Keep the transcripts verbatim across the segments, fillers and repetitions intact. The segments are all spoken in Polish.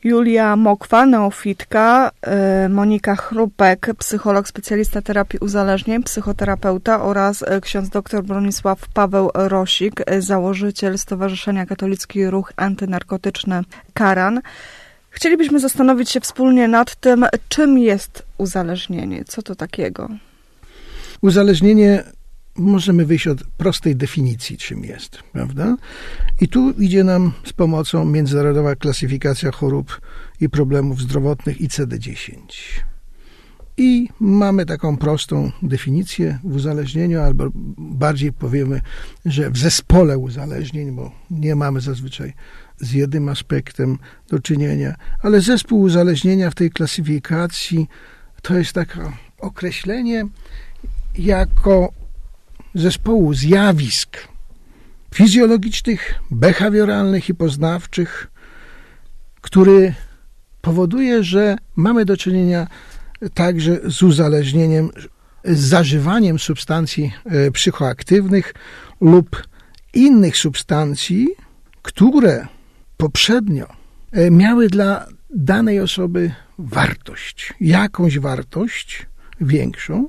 Julia Mokwa, neofitka, Monika Chrupek, psycholog, specjalista terapii uzależnień, psychoterapeuta oraz ksiądz dr Bronisław Paweł Rosik, założyciel Stowarzyszenia Katolicki Ruch Antynarkotyczny Karan. Chcielibyśmy zastanowić się wspólnie nad tym, czym jest uzależnienie, co to takiego? Uzależnienie, możemy wyjść od prostej definicji, czym jest, prawda? I tu idzie nam z pomocą Międzynarodowa Klasyfikacja Chorób i Problemów Zdrowotnych I C D dziesięć. I mamy taką prostą definicję w uzależnieniu, albo bardziej powiemy, że w zespole uzależnień, bo nie mamy zazwyczaj z jednym aspektem do czynienia, ale zespół uzależnienia w tej klasyfikacji to jest takie określenie jako zespołu zjawisk fizjologicznych, behawioralnych i poznawczych, który powoduje, że mamy do czynienia także z uzależnieniem, z zażywaniem substancji psychoaktywnych lub innych substancji, które poprzednio miały dla danej osoby wartość, jakąś wartość większą.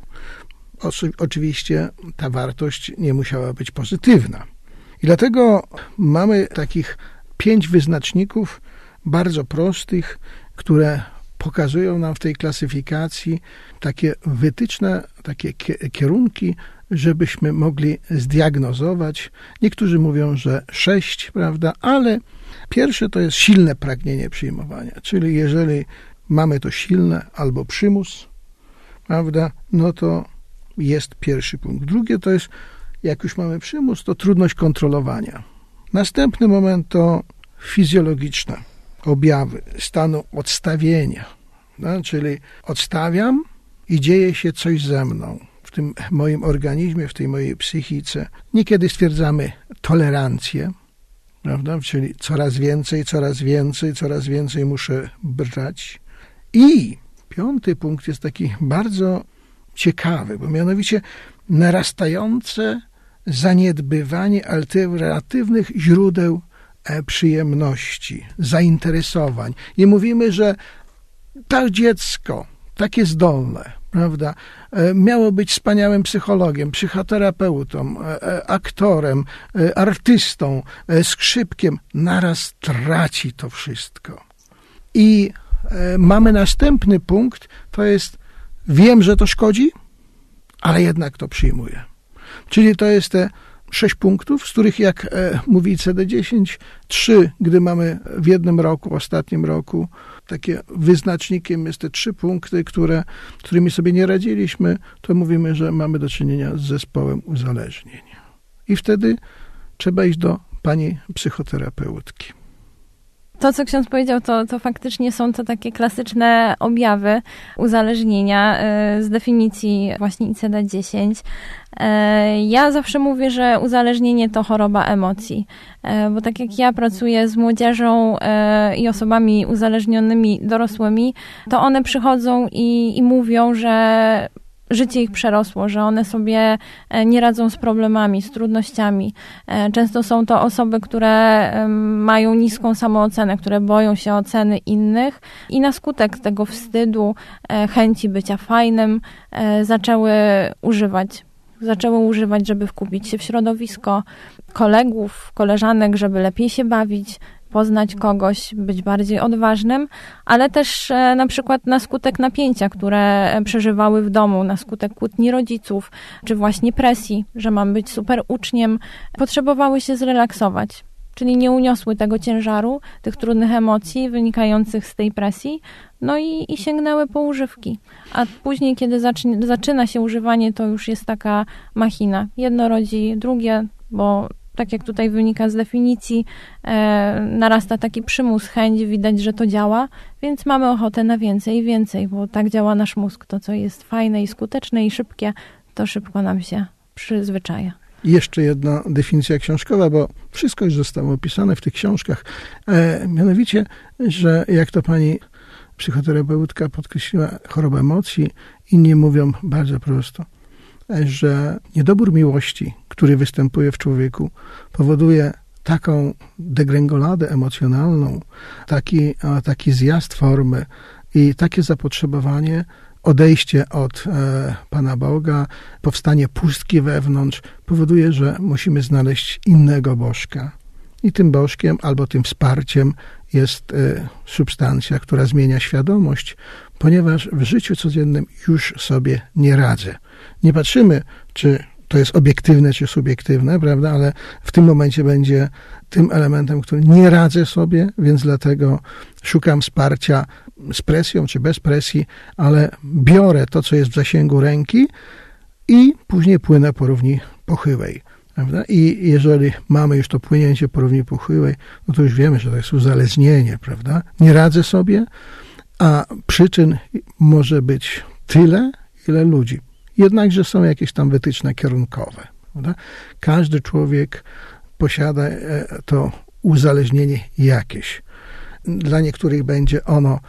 Oczywiście ta wartość nie musiała być pozytywna. I dlatego mamy takich pięć wyznaczników bardzo prostych, które pokazują nam w tej klasyfikacji takie wytyczne, takie kierunki, żebyśmy mogli zdiagnozować. Niektórzy mówią, że sześć, prawda, ale pierwsze to jest silne pragnienie przyjmowania, czyli jeżeli mamy to silne albo przymus, prawda, no to jest pierwszy punkt. Drugie to jest, jak już mamy przymus, to trudność kontrolowania. Następny moment to fizjologiczne objawy stanu odstawienia, no, czyli odstawiam i dzieje się coś ze mną, w tym moim organizmie, w tej mojej psychice. Niekiedy stwierdzamy tolerancję, prawda, czyli coraz więcej, coraz więcej, coraz więcej muszę brać. I piąty punkt jest taki bardzo ciekawy, bo mianowicie narastające zaniedbywanie alternatywnych źródeł przyjemności, zainteresowań. I mówimy, że to dziecko, takie zdolne, prawda, miało być wspaniałym psychologiem, psychoterapeutą, aktorem, artystą, skrzypkiem. Naraz traci to wszystko. I mamy następny punkt, to jest wiem, że to szkodzi, ale jednak to przyjmuję. Czyli to jest te sześć punktów, z których, jak e, mówi I C D dziesięć, trzy, gdy mamy w jednym roku, w ostatnim roku, takie wyznacznikiem jest te trzy punkty, które, którymi sobie nie radziliśmy, to mówimy, że mamy do czynienia z zespołem uzależnień. I wtedy trzeba iść do pani psychoterapeutki. To, co ksiądz powiedział, to, to faktycznie są to takie klasyczne objawy uzależnienia z definicji właśnie I C D dziesięć. Ja zawsze mówię, że uzależnienie to choroba emocji, bo tak jak ja pracuję z młodzieżą i osobami uzależnionymi dorosłymi, to one przychodzą i, i mówią, że życie ich przerosło, że one sobie nie radzą z problemami, z trudnościami. Często są to osoby, które mają niską samoocenę, które boją się oceny innych i na skutek tego wstydu, chęci bycia fajnym, zaczęły używać. Zaczęły używać, żeby wkupić się w środowisko kolegów, koleżanek, żeby lepiej się bawić, poznać kogoś, być bardziej odważnym, ale też na przykład na skutek napięcia, które przeżywały w domu, na skutek kłótni rodziców, czy właśnie presji, że mam być super uczniem, potrzebowały się zrelaksować. Czyli nie uniosły tego ciężaru, tych trudnych emocji wynikających z tej presji, no i, i sięgnęły po używki. A później, kiedy zacznie, zaczyna się używanie, to już jest taka machina. Jedno rodzi drugie, bo tak jak tutaj wynika z definicji, e, narasta taki przymus, chęć, widać, że to działa, więc mamy ochotę na więcej i więcej, bo tak działa nasz mózg. To, co jest fajne i skuteczne i szybkie, to szybko nam się przyzwyczaja. Jeszcze jedna definicja książkowa, bo wszystko już zostało opisane w tych książkach. E, mianowicie, że jak to pani psychoterapeutka podkreśliła, choroba emocji, inni mówią bardzo prosto, że niedobór miłości, który występuje w człowieku, powoduje taką degrengoladę emocjonalną, taki, taki zjazd formy i takie zapotrzebowanie, odejście od e, Pana Boga, powstanie pustki wewnątrz, powoduje, że musimy znaleźć innego bożka. I tym bożkiem albo tym wsparciem jest e, substancja, która zmienia świadomość, ponieważ w życiu codziennym już sobie nie radzę. Nie patrzymy, czy to jest obiektywne, czy subiektywne, prawda, ale w tym momencie będzie tym elementem, który nie radzę sobie, więc dlatego szukam wsparcia z presją, czy bez presji, ale biorę to, co jest w zasięgu ręki i później płynę po równi pochyłej. Prawda? I jeżeli mamy już to płynięcie po równi pochyłej, no to już wiemy, że to jest uzależnienie, prawda? Nie radzę sobie, a przyczyn może być tyle, ile ludzi. Jednakże są jakieś tam wytyczne kierunkowe. Prawda? Każdy człowiek posiada to uzależnienie jakieś. Dla niektórych będzie ono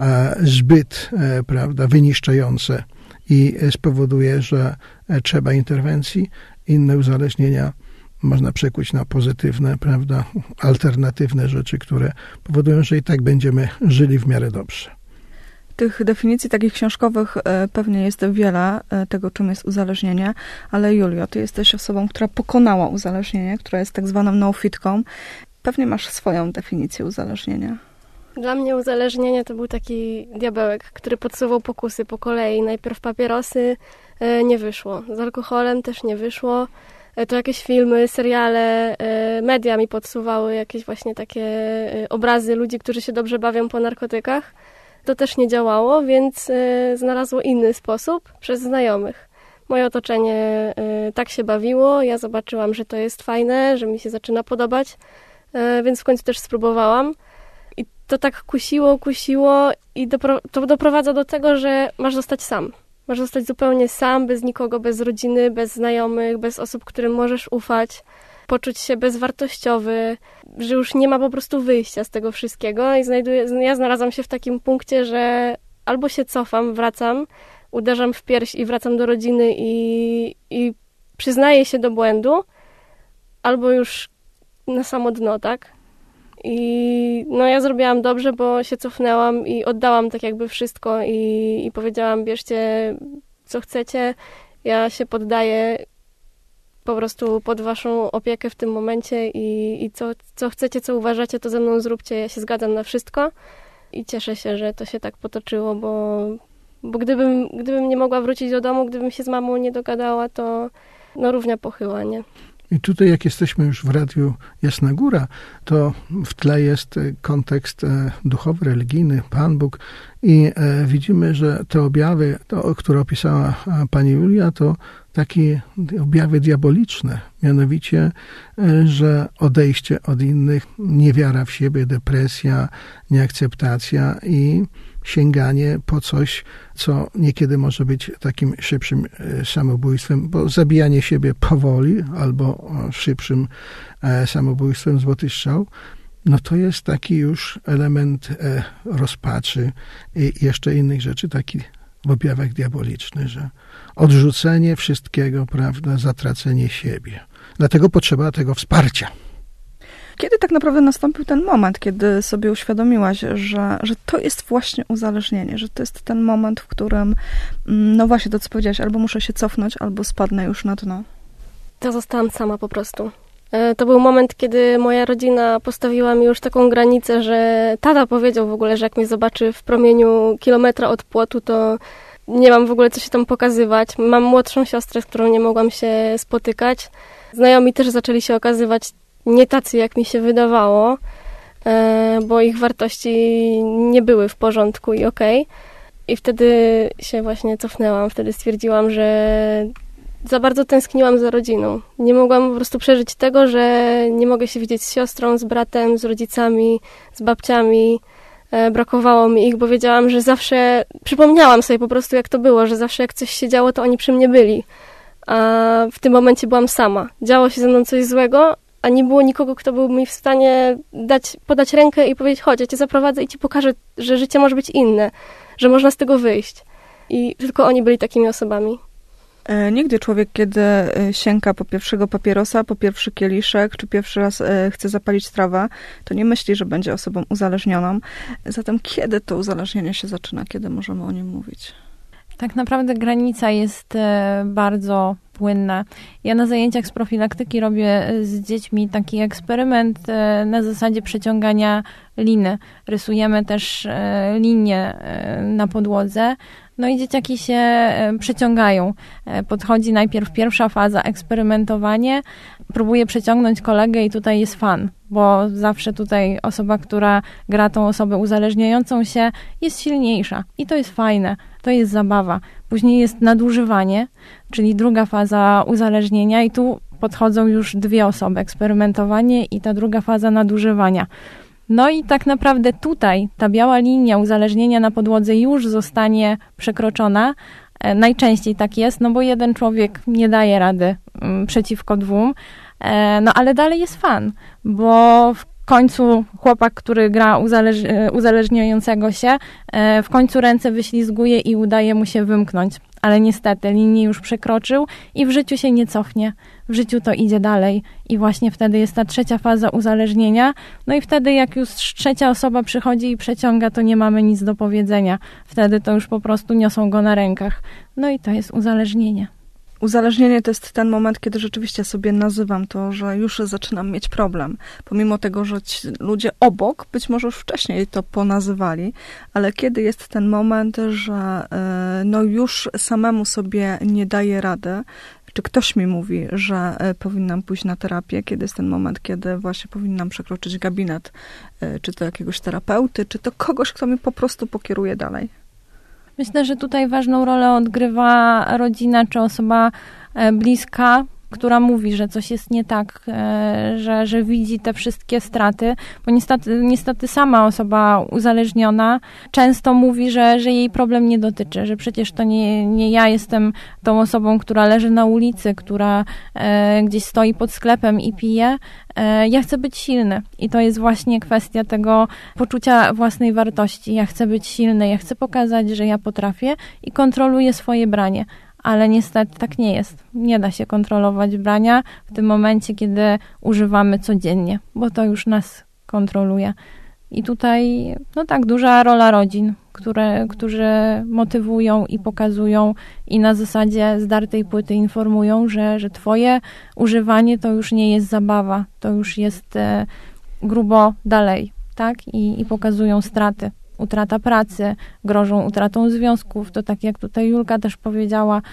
zbyt, prawda, wyniszczające i spowoduje, że trzeba interwencji. Inne uzależnienia można przekuć na pozytywne, prawda, alternatywne rzeczy, które powodują, że i tak będziemy żyli w miarę dobrze. Tych definicji takich książkowych pewnie jest wiele tego, czym jest uzależnienie, ale Julio, ty jesteś osobą, która pokonała uzależnienie, która jest tak zwaną no-fitką. Pewnie masz swoją definicję uzależnienia. Dla mnie uzależnienie to był taki diabełek, który podsuwał pokusy po kolei. Najpierw papierosy, nie wyszło. Z alkoholem też nie wyszło. To jakieś filmy, seriale, media mi podsuwały jakieś właśnie takie obrazy ludzi, którzy się dobrze bawią po narkotykach. To też nie działało, więc znalazło inny sposób przez znajomych. Moje otoczenie tak się bawiło, ja zobaczyłam, że to jest fajne, że mi się zaczyna podobać, więc w końcu też spróbowałam. I to tak kusiło, kusiło i dopro- to doprowadza do tego, że masz zostać sam. Masz zostać zupełnie sam, bez nikogo, bez rodziny, bez znajomych, bez osób, którym możesz ufać, poczuć się bezwartościowy, że już nie ma po prostu wyjścia z tego wszystkiego i znajduję, ja znalazłam się w takim punkcie, że albo się cofam, wracam, uderzam w pierś i wracam do rodziny i, i przyznaję się do błędu, albo już na samo dno, tak? I no ja zrobiłam dobrze, bo się cofnęłam i oddałam tak jakby wszystko i, i powiedziałam, bierzcie co chcecie, ja się poddaję po prostu pod waszą opiekę w tym momencie i, i co, co chcecie, co uważacie, to ze mną zróbcie, ja się zgadzam na wszystko i cieszę się, że to się tak potoczyło, bo, bo gdybym, gdybym nie mogła wrócić do domu, gdybym się z mamą nie dogadała, to no równia pochyła, nie? I tutaj, jak jesteśmy już w Radiu Jasna Góra, to w tle jest kontekst duchowy, religijny, Pan Bóg i widzimy, że te objawy, to, które opisała pani Julia, to takie objawy diaboliczne, mianowicie, że odejście od innych, niewiara w siebie, depresja, nieakceptacja i sięganie po coś, co niekiedy może być takim szybszym samobójstwem, bo zabijanie siebie powoli albo szybszym samobójstwem, złoty strzał, no to jest taki już element rozpaczy i jeszcze innych rzeczy, taki w objawach diaboliczny, że odrzucenie wszystkiego, prawda, zatracenie siebie. Dlatego potrzeba tego wsparcia. Kiedy tak naprawdę nastąpił ten moment, kiedy sobie uświadomiłaś, że, że to jest właśnie uzależnienie, że to jest ten moment, w którym, no właśnie to, co powiedziałaś, albo muszę się cofnąć, albo spadnę już na dno? To zostałam sama po prostu. To był moment, kiedy moja rodzina postawiła mi już taką granicę, że tata powiedział w ogóle, że jak mnie zobaczy w promieniu kilometra od płotu, to nie mam w ogóle co się tam pokazywać. Mam młodszą siostrę, z którą nie mogłam się spotykać. Znajomi też zaczęli się okazywać nie tacy, jak mi się wydawało, bo ich wartości nie były w porządku i okej. I wtedy się właśnie cofnęłam, wtedy stwierdziłam, że za bardzo tęskniłam za rodziną. Nie mogłam po prostu przeżyć tego, że nie mogę się widzieć z siostrą, z bratem, z rodzicami, z babciami. Brakowało mi ich, bo wiedziałam, że zawsze... Przypomniałam sobie po prostu, jak to było, że zawsze jak coś się działo, to oni przy mnie byli. A w tym momencie byłam sama. Działo się ze mną coś złego, a nie było nikogo, kto był mi w stanie dać, podać rękę i powiedzieć, chodź, ja cię zaprowadzę i ci pokażę, że życie może być inne, że można z tego wyjść. I tylko oni byli takimi osobami. Nigdy człowiek, kiedy sięga po pierwszego papierosa, po pierwszy kieliszek, czy pierwszy raz chce zapalić trawę, to nie myśli, że będzie osobą uzależnioną. Zatem kiedy to uzależnienie się zaczyna? Kiedy możemy o nim mówić? Tak naprawdę granica jest bardzo płynna. Ja na zajęciach z profilaktyki robię z dziećmi taki eksperyment na zasadzie przeciągania liny. Rysujemy też linię na podłodze. No i dzieciaki się przeciągają. Podchodzi najpierw pierwsza faza, eksperymentowanie. Próbuje przeciągnąć kolegę i tutaj jest fan, bo zawsze tutaj osoba, która gra tą osobę uzależniającą się, jest silniejsza. I to jest fajne, to jest zabawa. Później jest nadużywanie, czyli druga faza uzależnienia i tu podchodzą już dwie osoby, eksperymentowanie i ta druga faza nadużywania. No i tak naprawdę tutaj ta biała linia uzależnienia na podłodze już zostanie przekroczona. Najczęściej tak jest, no bo jeden człowiek nie daje rady przeciwko dwóm, no ale dalej jest fan, bo w końcu chłopak, który gra uzależ- uzależniającego się, w końcu ręce wyślizguje i udaje mu się wymknąć. Ale niestety linię już przekroczył i w życiu się nie cofnie. W życiu to idzie dalej i właśnie wtedy jest ta trzecia faza uzależnienia. No i wtedy jak już trzecia osoba przychodzi i przeciąga, to nie mamy nic do powiedzenia. Wtedy to już po prostu niosą go na rękach. No i to jest uzależnienie. Uzależnienie to jest ten moment, kiedy rzeczywiście sobie nazywam to, że już zaczynam mieć problem. Pomimo tego, że ci ludzie obok być może już wcześniej to ponazywali, ale kiedy jest ten moment, że no już samemu sobie nie daję rady, czy ktoś mi mówi, że powinnam pójść na terapię, kiedy jest ten moment, kiedy właśnie powinnam przekroczyć gabinet, czy to jakiegoś terapeuty, czy to kogoś, kto mi po prostu pokieruje dalej. Myślę, że tutaj ważną rolę odgrywa rodzina czy osoba bliska, która mówi, że coś jest nie tak, że, że widzi te wszystkie straty, bo niestety, niestety sama osoba uzależniona często mówi, że, że jej problem nie dotyczy, że przecież to nie, nie ja jestem tą osobą, która leży na ulicy, która e, gdzieś stoi pod sklepem i pije. E, ja chcę być silny i to jest właśnie kwestia tego poczucia własnej wartości. Ja chcę być silny, ja chcę pokazać, że ja potrafię i kontroluję swoje branie. Ale niestety tak nie jest. Nie da się kontrolować brania w tym momencie, kiedy używamy codziennie, bo to już nas kontroluje. I tutaj, no tak, duża rola rodzin, które, którzy motywują i pokazują i na zasadzie zdartej płyty informują, że, że twoje używanie to już nie jest zabawa, to już jest e, grubo dalej, tak? I, i pokazują straty. Utrata pracy, grożą utratą związków, to tak jak tutaj Julka też powiedziała,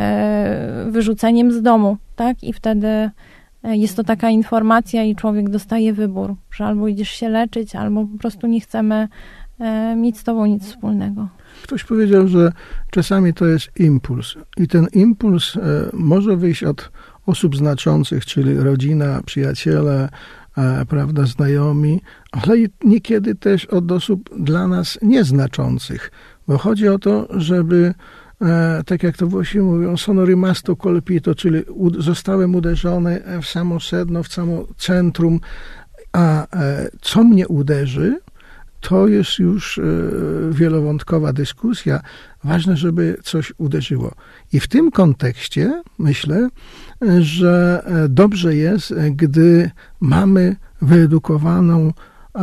e, wyrzuceniem z domu, tak? I wtedy jest to taka informacja i człowiek dostaje wybór, że albo idziesz się leczyć, albo po prostu nie chcemy e, mieć z tobą nic wspólnego. Ktoś powiedział, że czasami to jest impuls i ten impuls e, może wyjść od osób znaczących, czyli rodzina, przyjaciele, E, prawda, znajomi, ale niekiedy też od osób dla nas nieznaczących, bo chodzi o to, żeby, e, tak jak to Włosi mówią, sono rimasto colpito, czyli u, zostałem uderzony w samo sedno, w samo centrum, a e, co mnie uderzy, to jest już e, wielowątkowa dyskusja. Ważne, żeby coś uderzyło. I w tym kontekście myślę, że dobrze jest, gdy mamy wyedukowaną,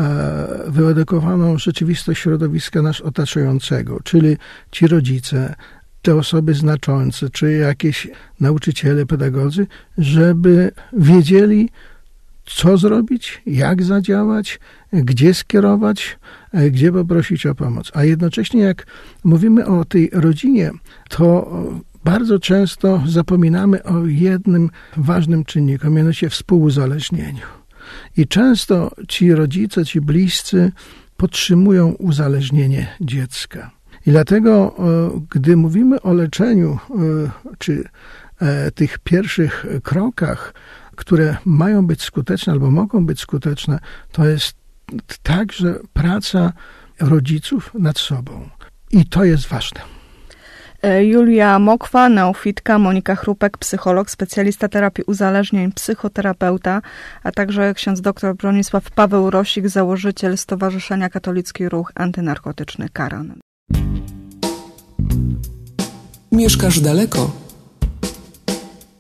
wyedukowaną rzeczywistość środowiska nas otaczającego, czyli ci rodzice, te osoby znaczące, czy jakieś nauczyciele, pedagodzy, żeby wiedzieli, co zrobić, jak zadziałać, gdzie skierować, gdzie poprosić o pomoc. A jednocześnie jak mówimy o tej rodzinie, to bardzo często zapominamy o jednym ważnym czynniku, mianowicie współuzależnieniu. I często ci rodzice, ci bliscy podtrzymują uzależnienie dziecka. I dlatego, gdy mówimy o leczeniu, czy tych pierwszych krokach, które mają być skuteczne albo mogą być skuteczne, to jest także praca rodziców nad sobą. I to jest ważne. Julia Mokwa, neofitka, Monika Chrupek, psycholog, specjalista terapii uzależnień, psychoterapeuta, a także ksiądz dr Bronisław Paweł Rosik, założyciel Stowarzyszenia Katolicki Ruch Antynarkotyczny Karan. Mieszkasz daleko?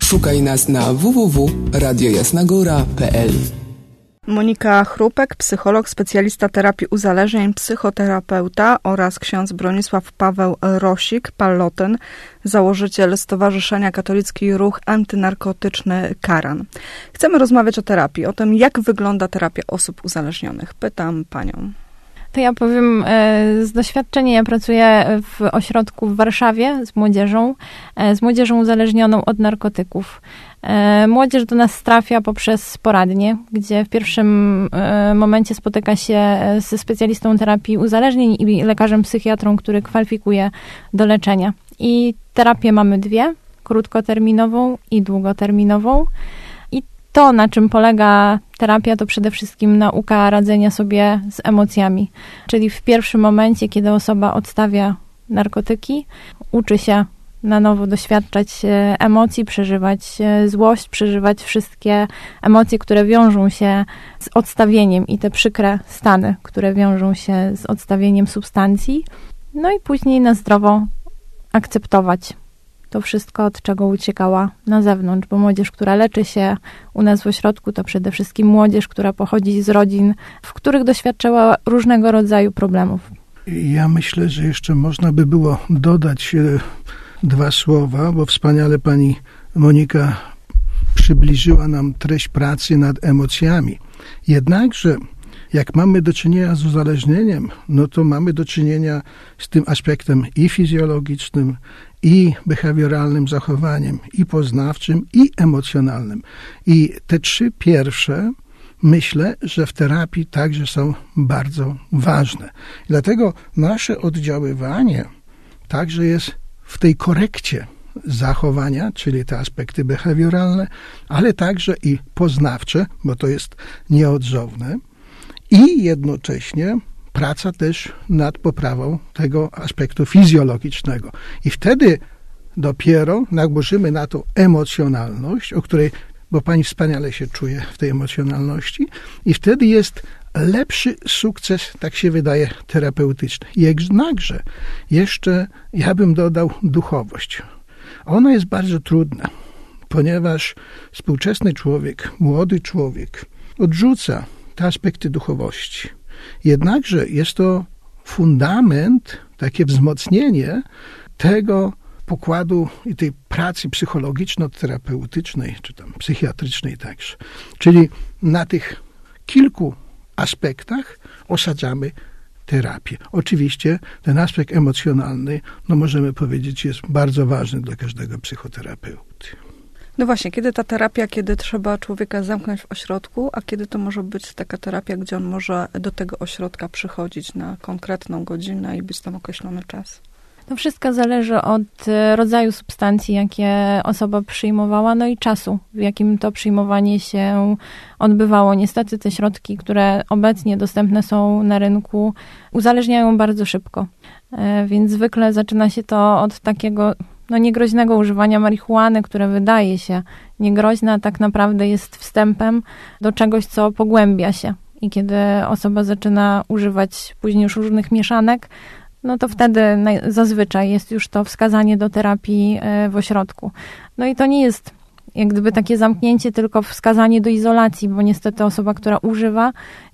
Szukaj nas na w w w kropka radio jasna góra kropka p l. Monika Chrupek, psycholog, specjalista terapii uzależnień, psychoterapeuta oraz ksiądz Bronisław Paweł Rosik, Pallotyn, założyciel Stowarzyszenia Katolicki Ruch Antynarkotyczny Karan. Chcemy rozmawiać o terapii, o tym, jak wygląda terapia osób uzależnionych. Pytam panią. To ja powiem z doświadczenia. Ja pracuję w ośrodku w Warszawie z młodzieżą, z młodzieżą uzależnioną od narkotyków. Młodzież do nas trafia poprzez poradnie, gdzie w pierwszym momencie spotyka się ze specjalistą terapii uzależnień i lekarzem psychiatrą, który kwalifikuje do leczenia. I terapię mamy dwie, krótkoterminową i długoterminową. To, na czym polega terapia, to przede wszystkim nauka radzenia sobie z emocjami. Czyli w pierwszym momencie, kiedy osoba odstawia narkotyki, uczy się na nowo doświadczać emocji, przeżywać złość, przeżywać wszystkie emocje, które wiążą się z odstawieniem i te przykre stany, które wiążą się z odstawieniem substancji. No i później na zdrowo akceptować to wszystko, od czego uciekała na zewnątrz, bo młodzież, która leczy się u nas w ośrodku, to przede wszystkim młodzież, która pochodzi z rodzin, w których doświadczała różnego rodzaju problemów. Ja myślę, że jeszcze można by było dodać dwa słowa, bo wspaniale pani Monika przybliżyła nam treść pracy nad emocjami. Jednakże, jak mamy do czynienia z uzależnieniem, no to mamy do czynienia z tym aspektem i fizjologicznym, i behawioralnym zachowaniem, i poznawczym, i emocjonalnym. I te trzy pierwsze, myślę, że w terapii także są bardzo ważne. Dlatego nasze oddziaływanie także jest w tej korekcie zachowania, czyli te aspekty behawioralne, ale także i poznawcze, bo to jest nieodzowne, i jednocześnie praca też nad poprawą tego aspektu fizjologicznego. I wtedy dopiero nałożymy na to emocjonalność, o której, bo pani wspaniale się czuje w tej emocjonalności, i wtedy jest lepszy sukces, tak się wydaje, terapeutyczny. Jednakże jeszcze ja bym dodał duchowość. Ona jest bardzo trudna, ponieważ współczesny człowiek, młody człowiek odrzuca te aspekty duchowości. Jednakże jest to fundament, takie wzmocnienie tego pokładu i tej pracy psychologiczno-terapeutycznej, czy tam psychiatrycznej także. Czyli na tych kilku aspektach osadzamy terapię. Oczywiście ten aspekt emocjonalny, no możemy powiedzieć, jest bardzo ważny dla każdego psychoterapeuty. No właśnie, kiedy ta terapia, kiedy trzeba człowieka zamknąć w ośrodku, a kiedy to może być taka terapia, gdzie on może do tego ośrodka przychodzić na konkretną godzinę i być tam określony czas? To wszystko zależy od rodzaju substancji, jakie osoba przyjmowała, no i czasu, w jakim to przyjmowanie się odbywało. Niestety te środki, które obecnie dostępne są na rynku, uzależniają bardzo szybko. Więc zwykle zaczyna się to od takiego no niegroźnego używania marihuany, które wydaje się niegroźne, a tak naprawdę jest wstępem do czegoś, co pogłębia się. I kiedy osoba zaczyna używać później już różnych mieszanek, no to wtedy zazwyczaj jest już to wskazanie do terapii w ośrodku. No i to nie jest jak gdyby takie zamknięcie, tylko wskazanie do izolacji, bo niestety osoba, która używa,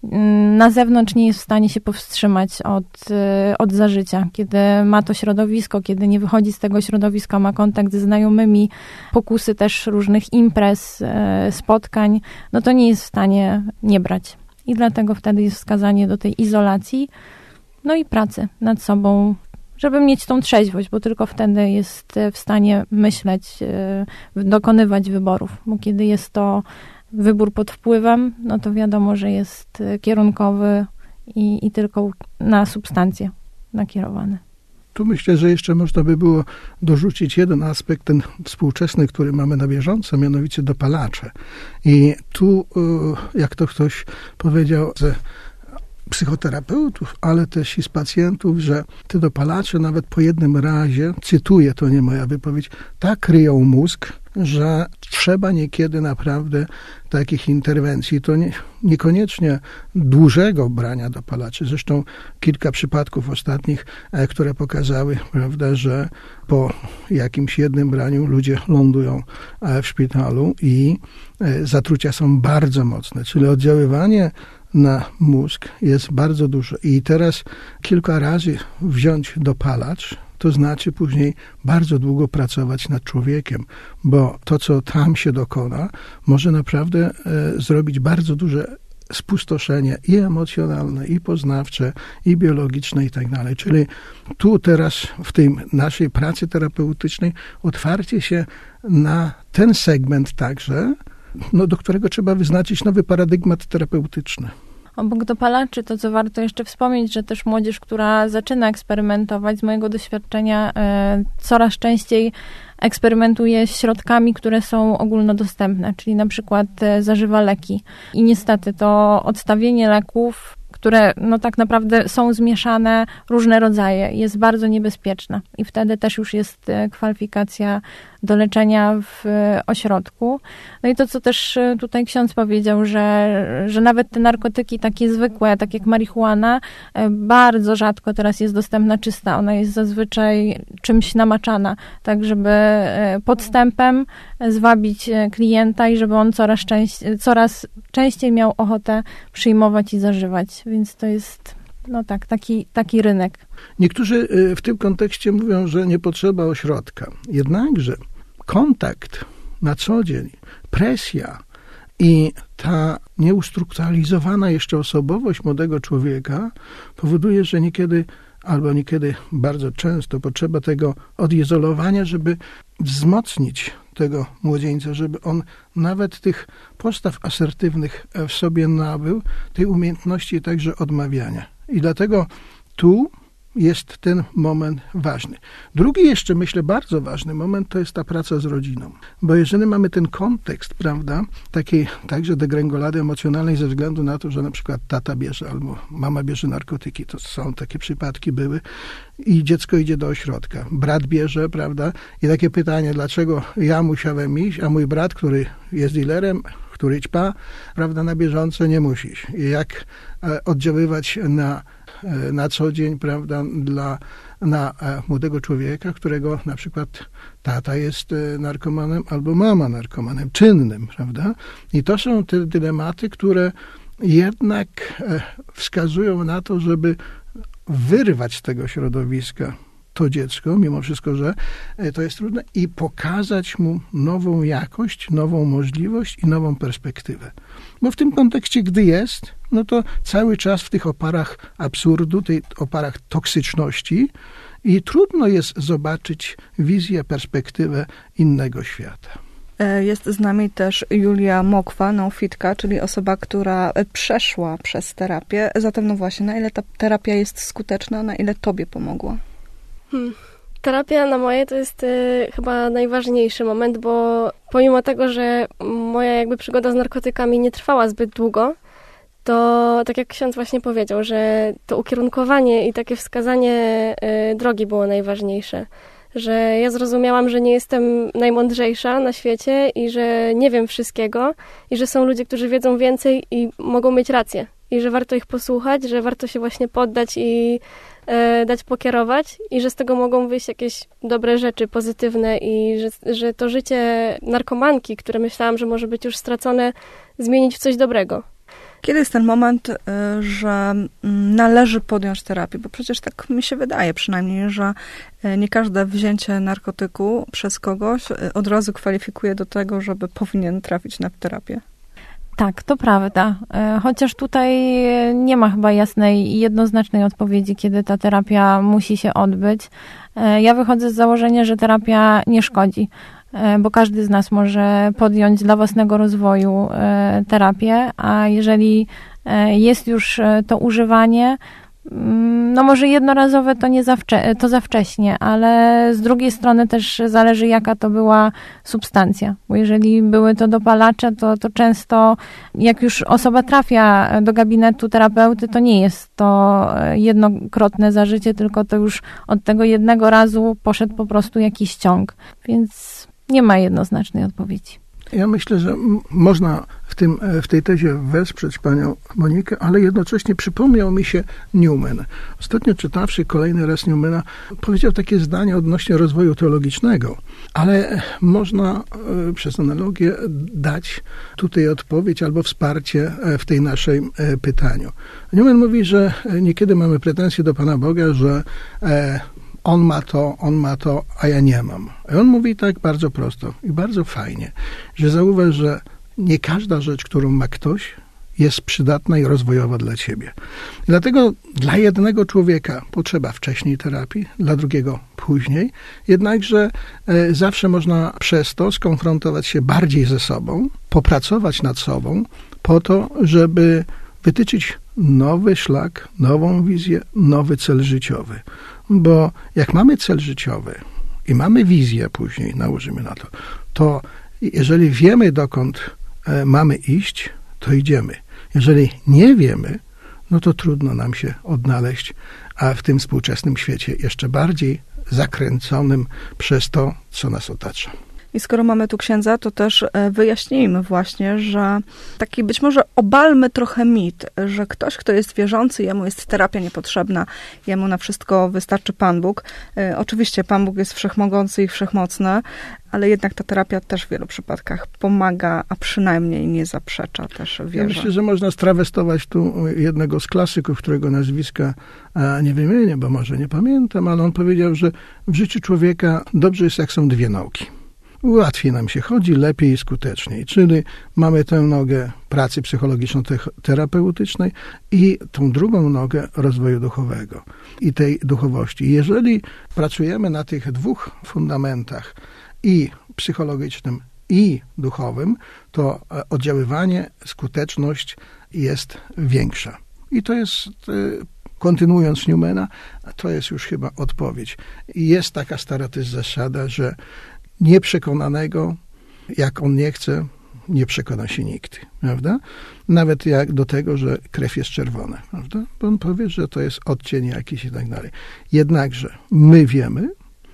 na zewnątrz nie jest w stanie się powstrzymać od, od zażycia. Kiedy ma to środowisko, kiedy nie wychodzi z tego środowiska, ma kontakt ze znajomymi, pokusy też różnych imprez, spotkań, no to nie jest w stanie nie brać. I dlatego wtedy jest wskazanie do tej izolacji, no i pracy nad sobą, żeby mieć tą trzeźwość, bo tylko wtedy jest w stanie myśleć, dokonywać wyborów. Bo kiedy jest to wybór pod wpływem, no to wiadomo, że jest kierunkowy i, i tylko na substancje nakierowany. Tu myślę, że jeszcze można by było dorzucić jeden aspekt, ten współczesny, który mamy na bieżąco, mianowicie dopalacze. I tu, jak to ktoś powiedział, że psychoterapeutów, ale też i z pacjentów, że te dopalacze nawet po jednym razie, cytuję, to nie moja wypowiedź, tak kryją mózg, że trzeba niekiedy naprawdę takich interwencji. To nie, niekoniecznie dużego brania dopalaczy. Zresztą kilka przypadków ostatnich, które pokazały, prawda, że po jakimś jednym braniu ludzie lądują w szpitalu i zatrucia są bardzo mocne. Czyli oddziaływanie na mózg jest bardzo duże. I teraz kilka razy wziąć dopalacz, to znaczy później bardzo długo pracować nad człowiekiem, bo to, co tam się dokona, może naprawdę e, zrobić bardzo duże spustoszenie i emocjonalne, i poznawcze, i biologiczne i tak dalej. Czyli tu teraz w tej naszej pracy terapeutycznej otwarcie się na ten segment także, no, do którego trzeba wyznaczyć nowy paradygmat terapeutyczny. Obok dopalaczy, to co warto jeszcze wspomnieć, że też młodzież, która zaczyna eksperymentować, z mojego doświadczenia e, coraz częściej eksperymentuje z środkami, które są ogólnodostępne, czyli na przykład e, zażywa leki. I niestety to odstawienie leków, które no tak naprawdę są zmieszane, różne rodzaje, jest bardzo niebezpieczne. I wtedy też już jest kwalifikacja do leczenia w ośrodku. No i to, co też tutaj ksiądz powiedział, że, że nawet te narkotyki takie zwykłe, tak jak marihuana, bardzo rzadko teraz jest dostępna czysta. Ona jest zazwyczaj czymś namaczana, tak żeby podstępem zwabić klienta i żeby on coraz częściej, coraz częściej miał ochotę przyjmować i zażywać. Więc to jest, no tak, taki, taki rynek. Niektórzy w tym kontekście mówią, że nie potrzeba ośrodka. Jednakże kontakt na co dzień, presja i ta nieustrukturalizowana jeszcze osobowość młodego człowieka powoduje, że niekiedy albo niekiedy bardzo często potrzeba tego odizolowania, żeby wzmocnić tego młodzieńca, żeby on nawet tych postaw asertywnych w sobie nabył, tej umiejętności także odmawiania. I dlatego tu jest ten moment ważny. Drugi jeszcze, myślę, bardzo ważny moment to jest ta praca z rodziną. Bo jeżeli mamy ten kontekst, prawda, takiej także degrengolady emocjonalnej ze względu na to, że na przykład tata bierze albo mama bierze narkotyki, to są takie przypadki były i dziecko idzie do ośrodka. Brat bierze, prawda, i takie pytanie, dlaczego ja musiałem iść, a mój brat, który jest dealerem, który ćpa, prawda, na bieżąco nie musi. I jak oddziaływać na na co dzień, prawda, dla, na młodego człowieka, którego na przykład tata jest narkomanem albo mama narkomanem czynnym, prawda? I to są te dylematy, które jednak wskazują na to, żeby wyrwać z tego środowiska to dziecko, mimo wszystko, że to jest trudne, i pokazać mu nową jakość, nową możliwość i nową perspektywę. Bo w tym kontekście, gdy jest, no to cały czas w tych oparach absurdu, tych oparach toksyczności i trudno jest zobaczyć wizję, perspektywę innego świata. Jest z nami też Julia Mokwa, naufitka, czyli osoba, która przeszła przez terapię. Zatem no właśnie, na ile ta terapia jest skuteczna, na ile tobie pomogła? Hmm. Terapia na moje to jest y, chyba najważniejszy moment, bo pomimo tego, że moja jakby przygoda z narkotykami nie trwała zbyt długo, to tak jak ksiądz właśnie powiedział, że to ukierunkowanie i takie wskazanie y, drogi było najważniejsze. Że ja zrozumiałam, że nie jestem najmądrzejsza na świecie i że nie wiem wszystkiego i że są ludzie, którzy wiedzą więcej i mogą mieć rację. I że warto ich posłuchać, że warto się właśnie poddać i e, dać pokierować i że z tego mogą wyjść jakieś dobre rzeczy, pozytywne i że, że to życie narkomanki, które myślałam, że może być już stracone, zmienić w coś dobrego. Kiedy jest ten moment, że należy podjąć terapię? Bo przecież tak mi się wydaje przynajmniej, że nie każde wzięcie narkotyku przez kogoś od razu kwalifikuje do tego, żeby powinien trafić na terapię. Tak, to prawda. Chociaż tutaj nie ma chyba jasnej i jednoznacznej odpowiedzi, kiedy ta terapia musi się odbyć. Ja wychodzę z założenia, że terapia nie szkodzi, bo każdy z nas może podjąć dla własnego rozwoju terapię, a jeżeli jest już to używanie, no może jednorazowe to nie za, wcze- to za wcześnie, ale z drugiej strony też zależy, jaka to była substancja, bo jeżeli były to dopalacze, to, to często jak już osoba trafia do gabinetu terapeuty, to nie jest to jednokrotne zażycie, tylko to już od tego jednego razu poszedł po prostu jakiś ciąg, więc Nie ma jednoznacznej odpowiedzi. Ja myślę, że m- można w, tym, w tej tezie wesprzeć panią Monikę, ale jednocześnie przypomniał mi się Newman. Ostatnio czytawszy kolejny raz Newmana, powiedział takie zdanie odnośnie rozwoju teologicznego, ale można e, przez analogię dać tutaj odpowiedź albo wsparcie w tej naszej e, pytaniu. Newman mówi, że niekiedy mamy pretensje do Pana Boga, że e, On ma to, on ma to, a ja nie mam. I on mówi tak bardzo prosto i bardzo fajnie, że zauważ, że nie każda rzecz, którą ma ktoś, jest przydatna i rozwojowa dla ciebie. Dlatego dla jednego człowieka potrzeba wcześniej terapii, dla drugiego później, jednakże e, zawsze można przez to skonfrontować się bardziej ze sobą, popracować nad sobą, po to, żeby wytyczyć nowy szlak, nową wizję, nowy cel życiowy. Bo jak mamy cel życiowy i mamy wizję później, nałożymy na to, to jeżeli wiemy, dokąd e, mamy iść, to idziemy. Jeżeli nie wiemy, no to trudno nam się odnaleźć, a w tym współczesnym świecie jeszcze bardziej zakręconym przez to, co nas otacza. I skoro mamy tu księdza, to też wyjaśnijmy właśnie, że taki być może obalmy trochę mit, że ktoś, kto jest wierzący, jemu jest terapia niepotrzebna, jemu na wszystko wystarczy Pan Bóg. Oczywiście Pan Bóg jest wszechmogący i wszechmocny, ale jednak ta terapia też w wielu przypadkach pomaga, a przynajmniej nie zaprzecza też wierze. Ja myślę, że można strawestować tu jednego z klasyków, którego nazwiska nie wymienię, bo może nie pamiętam, ale on powiedział, że w życiu człowieka dobrze jest, jak są dwie nogi. Łatwiej nam się chodzi, lepiej i skuteczniej. Czyli mamy tę nogę pracy psychologiczno-terapeutycznej i tą drugą nogę rozwoju duchowego i tej duchowości. Jeżeli pracujemy na tych dwóch fundamentach, i psychologicznym, i duchowym, to oddziaływanie, skuteczność jest większa. I to jest, kontynuując Newmana, to jest już chyba odpowiedź. Jest taka stara też zasada, że nieprzekonanego, jak on nie chce, nie przekona się nikt, prawda? Nawet jak do tego, że krew jest czerwona, prawda? Bo on powie, że to jest odcień jakiś i tak dalej. Jednakże my wiemy,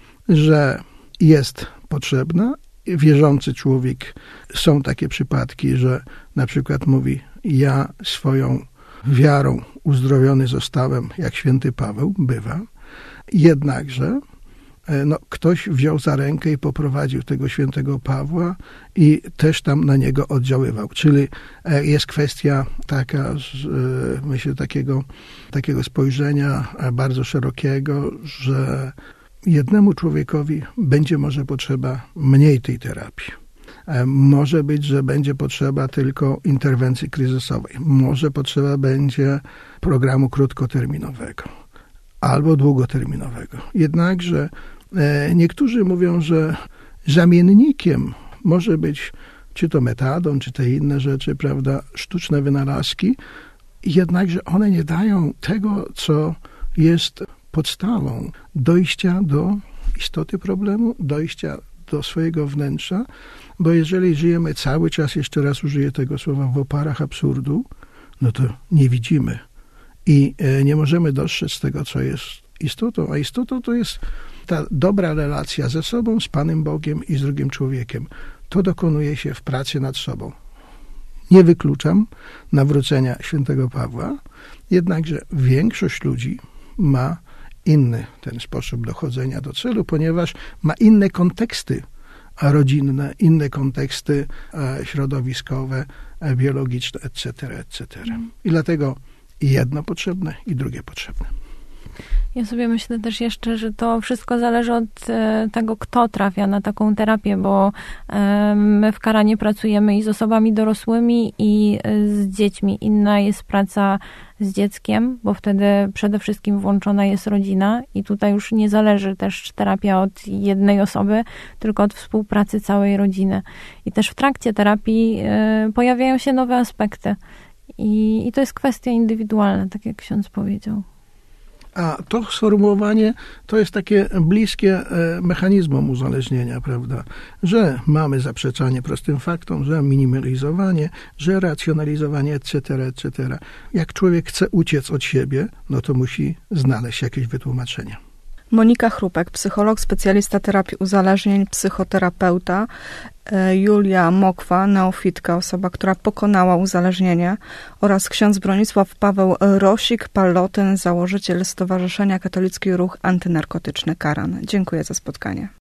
że jest potrzebna. Wierzący człowiek, są takie przypadki, że na przykład mówi, ja swoją wiarą uzdrowiony zostałem, jak święty Paweł, bywa. Jednakże no, ktoś wziął za rękę i poprowadził tego świętego Pawła i też tam na niego oddziaływał. Czyli jest kwestia taka, myślę, takiego, takiego spojrzenia bardzo szerokiego, że jednemu człowiekowi będzie może potrzeba mniej tej terapii. Może być, że będzie potrzeba tylko interwencji kryzysowej. Może potrzeba będzie programu krótkoterminowego albo długoterminowego. Jednakże e, niektórzy mówią, że zamiennikiem może być czy to metadon, czy te inne rzeczy, prawda, sztuczne wynalazki, jednakże one nie dają tego, co jest podstawą dojścia do istoty problemu, dojścia do swojego wnętrza, bo jeżeli żyjemy cały czas, jeszcze raz użyję tego słowa, w oparach absurdu, no to nie widzimy i nie możemy dostrzec tego, co jest istotą, a istotą to jest ta dobra relacja ze sobą, z Panem Bogiem i z drugim człowiekiem. To dokonuje się w pracy nad sobą. Nie wykluczam nawrócenia świętego Pawła, jednakże większość ludzi ma inny ten sposób dochodzenia do celu, ponieważ ma inne konteksty rodzinne, inne konteksty środowiskowe, biologiczne, et cetera, et cetera. I dlatego jedno potrzebne i drugie potrzebne. Ja sobie myślę też jeszcze, że to wszystko zależy od e, tego, kto trafia na taką terapię, bo e, my w Karanie pracujemy i z osobami dorosłymi, i z dziećmi. Inna jest praca z dzieckiem, bo wtedy przede wszystkim włączona jest rodzina i tutaj już nie zależy też terapia od jednej osoby, tylko od współpracy całej rodziny. I też w trakcie terapii e, pojawiają się nowe aspekty i, i to jest kwestia indywidualna, tak jak ksiądz powiedział. A to sformułowanie to jest takie bliskie mechanizmom uzależnienia, prawda? Że mamy zaprzeczanie prostym faktom, że minimalizowanie, że racjonalizowanie, et cetera, et cetera. Jak człowiek chce uciec od siebie, no to musi znaleźć jakieś wytłumaczenia. Monika Chrupek, psycholog, specjalista terapii uzależnień, psychoterapeuta, Julia Mokwa, neofitka, osoba, która pokonała uzależnienie, oraz ksiądz Bronisław Paweł Rosik-Pallotyn, założyciel Stowarzyszenia Katolicki Ruch Antynarkotyczny Karan. Dziękuję za spotkanie.